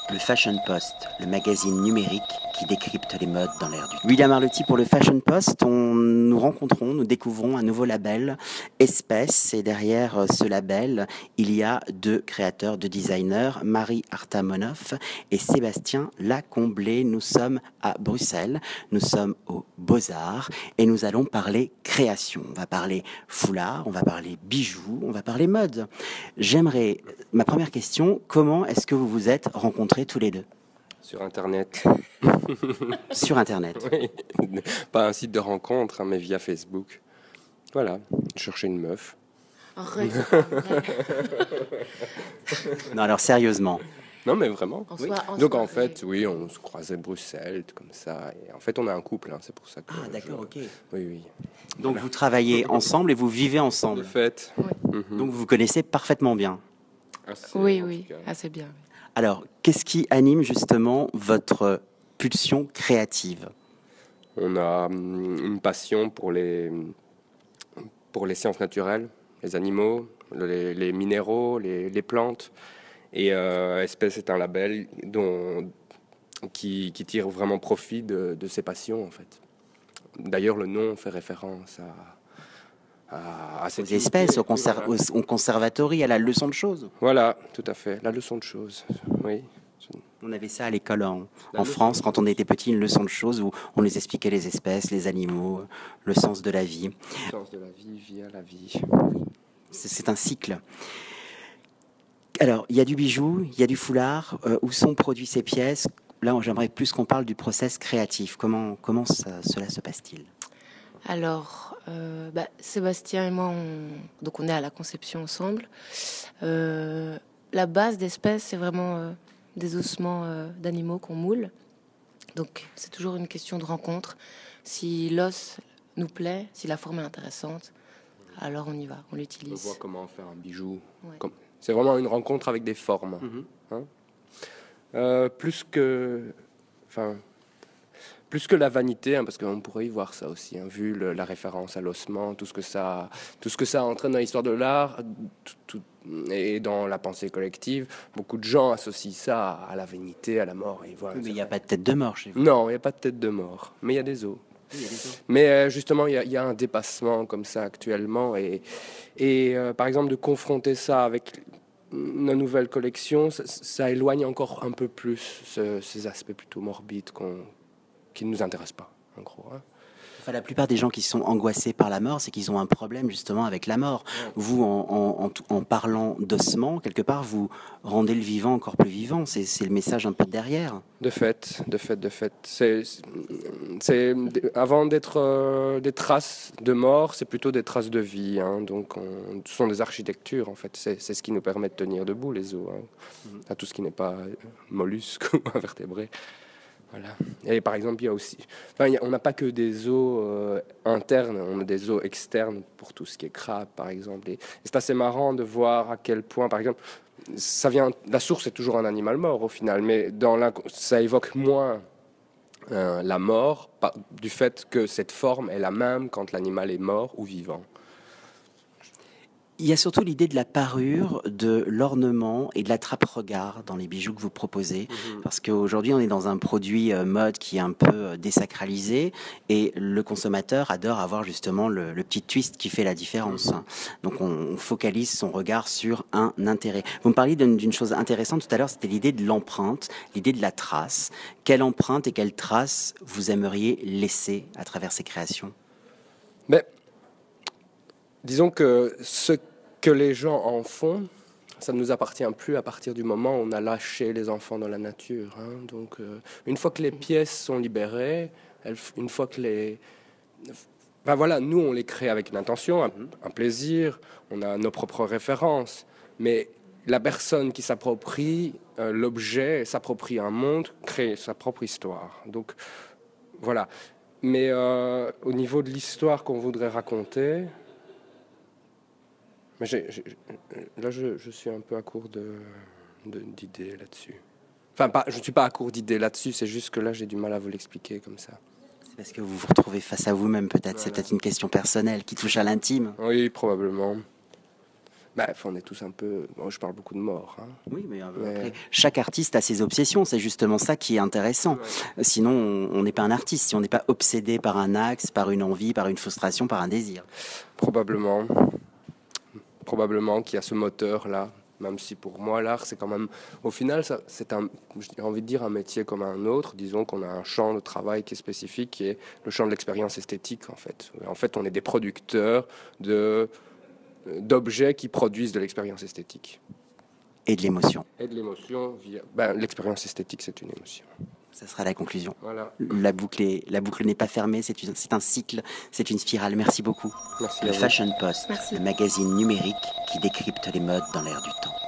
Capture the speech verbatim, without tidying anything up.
Le Fashion Post, le magazine numérique qui décrypte les modes dans l'air du temps. William Arlotti pour le Fashion Post. On, nous rencontrons, nous découvrons un nouveau label, Espèce. Et derrière ce label, il y a deux créateurs, deux designers, Marie Artamonov et Sébastien Lacomblé. Nous sommes à Bruxelles, nous sommes aux Beaux-Arts et nous allons parler création. On va parler foulard, on va parler bijoux, on va parler mode. J'aimerais, ma première question, comment est-ce que vous vous êtes rencontrés tous les deux? Sur Internet. Sur Internet. Oui. Pas un site de rencontre, hein, mais via Facebook. Voilà, je cherchais une meuf. Arrête, c'est pas vrai. Non, alors sérieusement. Non, mais vraiment. En Oui. soi- en Donc soirée. en fait, oui, on se croisait à Bruxelles, comme ça. Et en fait, on a un couple, hein, c'est pour ça que. Ah, d'accord, je- ok. Oui, oui. Donc vous travaillez ensemble et vous vivez De ensemble. fait. Oui, Mhm. Donc vous vous connaissez parfaitement bien. Assez, oui, en oui. tout cas. assez bien. oui. Alors, qu'est-ce qui anime justement votre pulsion créative? On a hum, une passion pour les, pour les sciences naturelles, les animaux, les, les minéraux, les, les plantes. Et euh, Espèce est un label dont, qui, qui tire vraiment profit de, de ces passions, en fait. D'ailleurs, le nom fait référence à, à, à Aux cette espèces, unité. au, conser- Oui, voilà. au- au conservatory, à la leçon de choses. Voilà, tout à fait. La leçon de choses, oui. On avait ça à l'école en, La en leçon France de quand on était petit, une leçon de choses où on nous expliquait les espèces, les animaux, le sens de la vie. Le sens de la vie via la vie. C'est c'est un cycle. Alors, il y a du bijou, il y a du foulard. Euh, où sont produites ces pièces? Là, j'aimerais plus qu'on parle du process créatif. Comment, comment ça- cela se passe-t-il? Alors, euh, bah, Sébastien et moi, on... donc on est à la conception ensemble. Euh, la base d'Espèce, c'est vraiment euh, des ossements euh, d'animaux qu'on moule. Donc, c'est toujours une question de rencontre. Si l'os nous plaît, si la forme est intéressante, alors on y va, on On l'utilise. voit comment faire un bijou. Ouais. Comme- C'est vraiment une rencontre avec des formes. Hein. Euh, plus que, enfin, plus que la vanité, hein, parce qu'on pourrait y voir ça aussi, hein, vu le- la référence à l'ossement, tout ce que ça, tout ce que ça entraîne dans l'histoire de l'art, tout- tout- et dans la pensée collective. Beaucoup de gens associent ça à la vanité, à la mort. Et voilà, Mais il n'y a pas de tête de mort chez vous. Non, il n'y a pas de tête de mort, mais il y a des os. Mais euh, justement, il y, a- il y a un dépassement comme ça actuellement. Et, et euh, par exemple, de confronter ça avec nos nouvelles collections, ça, ça éloigne encore un peu plus ce- ces aspects plutôt morbides qu'on, qui ne nous intéressent pas, en gros. Hein. Enfin, la plupart des gens qui sont angoissés par la mort, c'est qu'ils ont un problème justement avec la mort. Vous, en, en- en t- en parlant d'ossements, quelque part, vous rendez le vivant encore plus vivant. C'est c'est le message un peu de derrière. De fait, de fait, de fait. C'est, c'est, avant d'être euh, des traces de mort, c'est plutôt des traces de vie. Hein. Donc, on- ce sont des architectures, en fait. C'est, c'est ce qui nous permet de tenir debout, les os. Hein. À tout ce qui n'est pas euh, mollusque ou invertébré. Voilà. Et par exemple, il y a aussi... Enfin, il y a- on n'a pas que des os euh, internes, on a des os externes pour tout ce qui est crabe, par exemple. Et, et c'est assez marrant de voir à quel point, par exemple, ça vient... La source est toujours un animal mort, au final, mais dans la, ça évoque moins euh, la mort par- du fait que cette forme est la même quand l'animal est mort ou vivant. Il y a surtout l'idée de la parure, de l'ornement et de la trappe-regard dans les bijoux que vous proposez. Parce qu'aujourd'hui, on est dans un produit euh, mode qui est un peu euh, désacralisé et le consommateur adore avoir justement le, le petit twist qui fait la différence. Donc, on, on focalise son regard sur un intérêt. Vous me parliez d'une d'une chose intéressante tout à l'heure, c'était l'idée de l'empreinte, l'idée de la trace. Quelle empreinte et quelle trace vous aimeriez laisser à travers ces créations? Mais disons que ce que les gens en font, ça ne nous appartient plus à partir du moment où on a lâché les enfants dans la nature. Hein. Donc, euh, une fois que les pièces sont libérées, elles, une fois que les... Ben voilà, nous, on les crée avec une intention, un, un plaisir, on a nos propres références. Mais la personne qui s'approprie euh, l'objet, s'approprie un monde, crée sa propre histoire. Donc, voilà. Mais euh, au niveau de l'histoire qu'on voudrait raconter... Mais j'ai, j'ai, là, je, je suis un peu à court de, de, d'idées là-dessus. Enfin, pas, je ne suis pas à court d'idées là-dessus, c'est juste que là, j'ai du mal à vous l'expliquer comme ça. C'est parce que vous vous retrouvez face à vous-même, peut-être. Voilà. C'est peut-être une question personnelle qui touche à l'intime. Oui, probablement. Bref, on est tous un peu... Bon, je parle beaucoup de mort. Hein. Oui, mais, euh, mais... Après, chaque artiste a ses obsessions. C'est justement ça qui est intéressant. Ouais. Sinon, on n'est pas un artiste. Si on n'est pas obsédé par un axe, par une envie, par une frustration, par un désir. Probablement. Probablement qu'il y a ce moteur-là. Même si pour moi, l'art, c'est quand même... Au final, ça, c'est un, j'ai envie de dire un métier comme un autre. Disons qu'on a un champ de travail qui est spécifique, qui est le champ de l'expérience esthétique, en fait. En fait, on est des producteurs de... d'objets qui produisent de l'expérience esthétique. Et de l'émotion. Et de l'émotion. Via... Ben, l'expérience esthétique, c'est une émotion. Ça sera la conclusion. Voilà. La boucle, est, la boucle n'est pas fermée, c'est, une, c'est un cycle, c'est une spirale. Merci beaucoup. Merci le à vous. Fashion Post, Merci. le magazine numérique qui décrypte les modes dans l'air du temps.